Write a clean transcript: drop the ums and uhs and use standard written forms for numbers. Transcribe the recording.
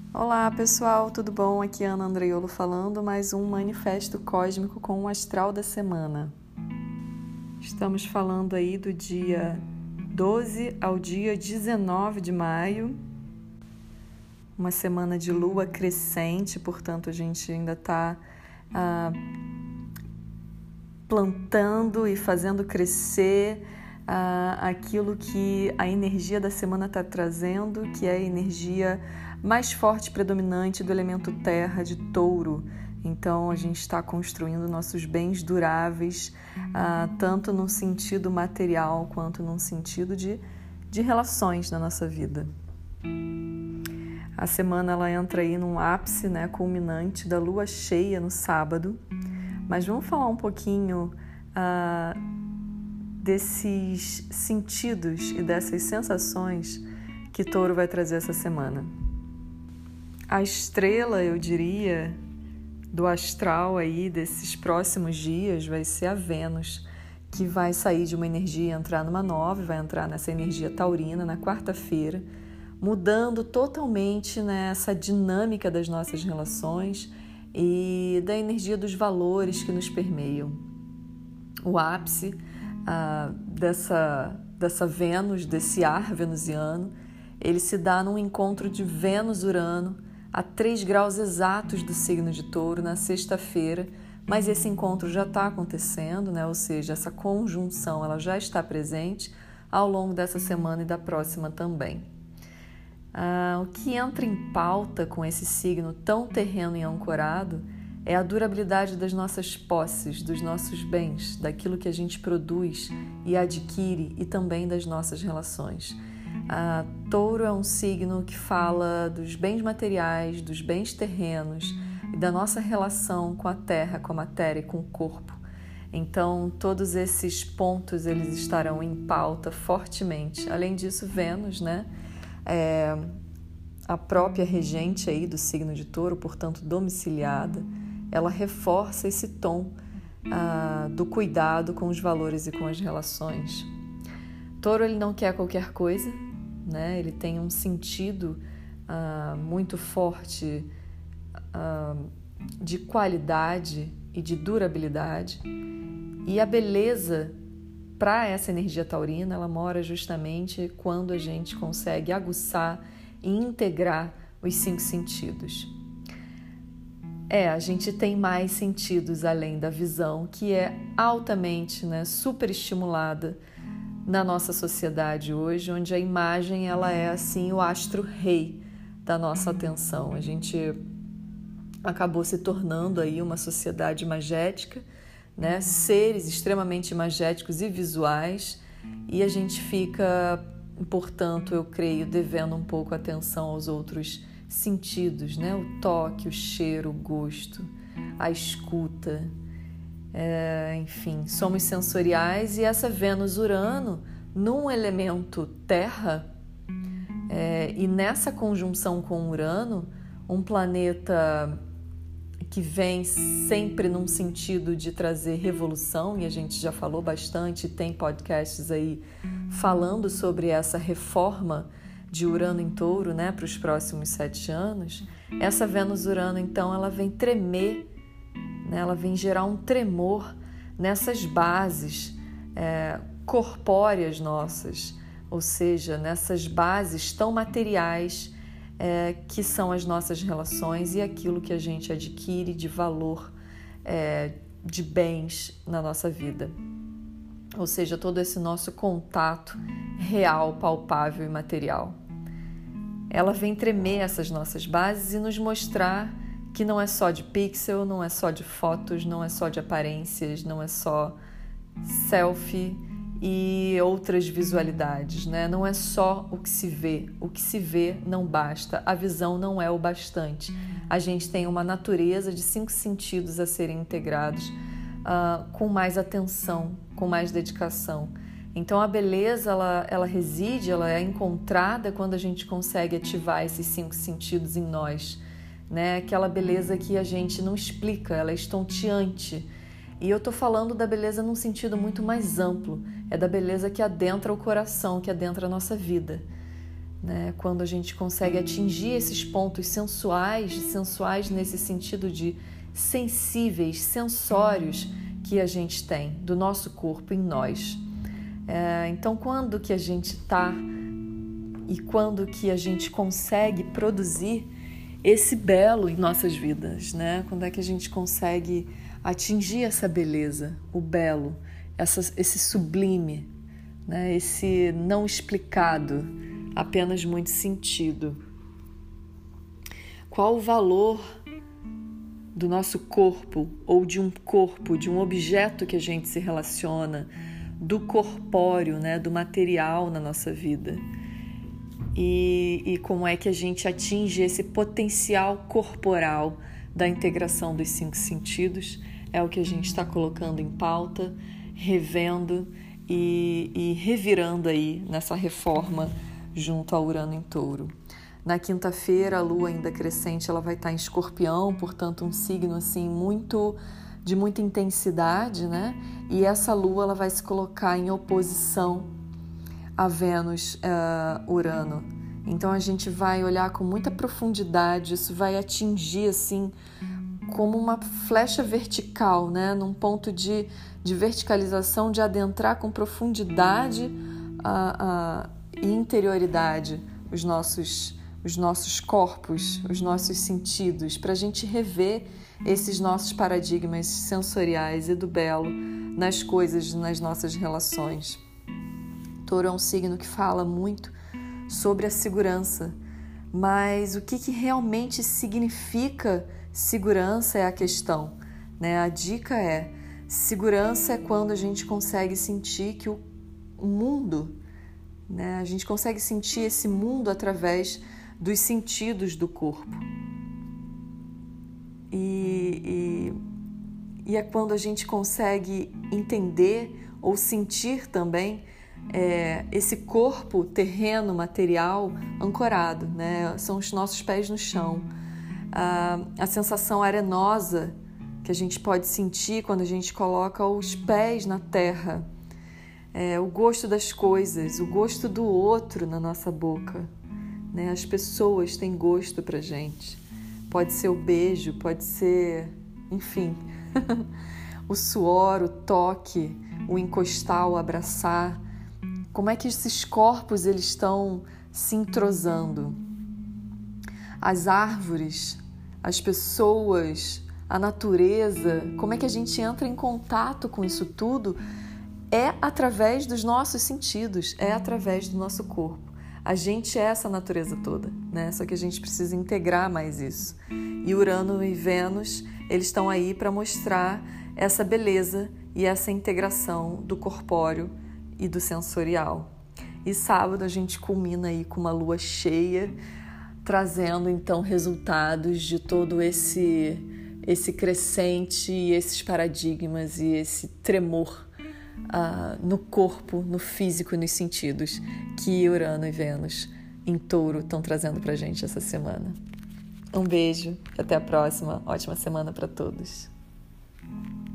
Olá pessoal, tudo bom? Aqui é Ana Andreiolo falando, mais um Manifesto Cósmico com o Astral da Semana. Estamos falando aí do dia 12 ao dia 19 de maio, uma semana de lua crescente, portanto a gente ainda está plantando e fazendo crescer aquilo que a energia da semana está trazendo, que é a energia mais forte, predominante do elemento terra, de touro. Então a gente está construindo nossos bens duráveis, tanto no sentido material quanto no sentido de relações na nossa vida. A semana ela entra aí num ápice, culminante da lua cheia no sábado, mas vamos falar um pouquinho desses sentidos e dessas sensações que Touro vai trazer essa semana. A estrela, eu diria, do astral aí desses próximos dias vai ser a Vênus, que vai sair de uma energia e entrar numa nova, vai entrar nessa energia taurina na quarta-feira, mudando totalmente essa dinâmica das nossas relações e da energia dos valores que nos permeiam. O ápice dessa Vênus, desse ar venusiano, ele se dá num encontro de Vênus-Urano a 3 graus exatos do signo de Touro na sexta-feira, mas esse encontro já está acontecendo, ou seja, essa conjunção ela já está presente ao longo dessa semana e da próxima também. O que entra em pauta com esse signo tão terreno e ancorado é a durabilidade das nossas posses, dos nossos bens, daquilo que a gente produz e adquire e também das nossas relações. Touro é um signo que fala dos bens materiais, dos bens terrenos e da nossa relação com a terra, com a matéria e com o corpo. Então, todos esses pontos eles estarão em pauta fortemente. Além disso, Vênus, a própria regente aí do signo de Touro, portanto domiciliada, ela reforça esse tom do cuidado com os valores e com as relações. Touro ele não quer qualquer coisa, ele tem um sentido muito forte de qualidade e de durabilidade, e a beleza para essa energia taurina ela mora justamente quando a gente consegue aguçar e integrar os 5 sentidos. A gente tem mais sentidos além da visão, que é altamente super estimulada na nossa sociedade hoje, onde a imagem ela é assim o astro-rei da nossa atenção. A gente acabou se tornando aí uma sociedade imagética, seres extremamente imagéticos e visuais, e a gente fica, portanto, eu creio, devendo um pouco atenção aos outros sentidos, o toque, o cheiro, o gosto, a escuta, enfim, somos sensoriais, e essa Vênus-Urano num elemento terra, e nessa conjunção com Urano, um planeta que vem sempre num sentido de trazer revolução, e a gente já falou bastante, tem podcasts aí falando sobre essa reforma de Urano em Touro, para os próximos 7 anos. Essa Vênus-Urano, então, ela vem tremer, ela vem gerar um tremor nessas bases corpóreas nossas, ou seja, nessas bases tão materiais que são as nossas relações e aquilo que a gente adquire de valor, de bens na nossa vida. Ou seja, todo esse nosso contato real, palpável e material. Ela vem tremer essas nossas bases e nos mostrar que não é só de pixel, não é só de fotos, não é só de aparências, não é só selfie e outras visualidades, Não é só o que se vê não basta, a visão não é o bastante. A gente tem uma natureza de 5 sentidos a serem integrados com mais atenção, com mais dedicação. Então a beleza ela reside, ela é encontrada quando a gente consegue ativar esses 5 sentidos em nós, Aquela beleza que a gente não explica, ela é estonteante. E eu estou falando da beleza num sentido muito mais amplo, é da beleza que adentra o coração, que adentra a nossa vida. né? Quando a gente consegue atingir esses pontos sensuais nesse sentido de sensíveis, sensórios que a gente tem do nosso corpo em nós. Então, quando que a gente está e quando que a gente consegue produzir esse belo em nossas vidas, né? Quando é que a gente consegue atingir essa beleza, o belo, esse sublime, né? Esse não explicado, apenas muito sentido. Qual o valor do nosso corpo ou de um objeto que a gente se relaciona, do corpóreo, né? Do material na nossa vida? E como é que a gente atinge esse potencial corporal da integração dos 5 sentidos? É o que a gente está colocando em pauta, revendo e revirando aí nessa reforma junto ao Urano em Touro. Na quinta-feira, a Lua ainda crescente, ela vai estar em Escorpião, portanto um signo assim de muita intensidade, né? E essa Lua ela vai se colocar em oposição a Vênus, Urano. Então a gente vai olhar com muita profundidade, isso vai atingir assim como uma flecha vertical, né? Num ponto de verticalização, de adentrar com profundidade e interioridade os nossos corpos, os nossos sentidos, para a gente rever esses nossos paradigmas sensoriais e do belo nas coisas, nas nossas relações. Touro é um signo que fala muito sobre a segurança, mas o que realmente significa segurança é a questão, né? A dica é: segurança é quando a gente consegue sentir que o mundo, né? A gente consegue sentir esse mundo através dos sentidos do corpo. E é quando a gente consegue entender ou sentir também esse corpo terreno, material, ancorado, né? São os nossos pés no chão. A sensação arenosa que a gente pode sentir quando a gente coloca os pés na terra. O gosto das coisas, o gosto do outro na nossa boca, né? As pessoas têm gosto pra gente. Pode ser o beijo, pode ser, enfim, o suor, o toque, o encostar, o abraçar. Como é que esses corpos eles estão se entrosando? As árvores, as pessoas, a natureza, como é que a gente entra em contato com isso tudo? É através dos nossos sentidos, é através do nosso corpo. A gente é essa natureza toda, né? Só que a gente precisa integrar mais isso. E Urano e Vênus, eles estão aí para mostrar essa beleza e essa integração do corpóreo e do sensorial. E sábado a gente culmina aí com uma lua cheia, trazendo então resultados de todo esse crescente e esses paradigmas e esse tremor no corpo, no físico e nos sentidos que Urano e Vênus em Touro estão trazendo pra gente essa semana. Um beijo, até a próxima, ótima semana para todos.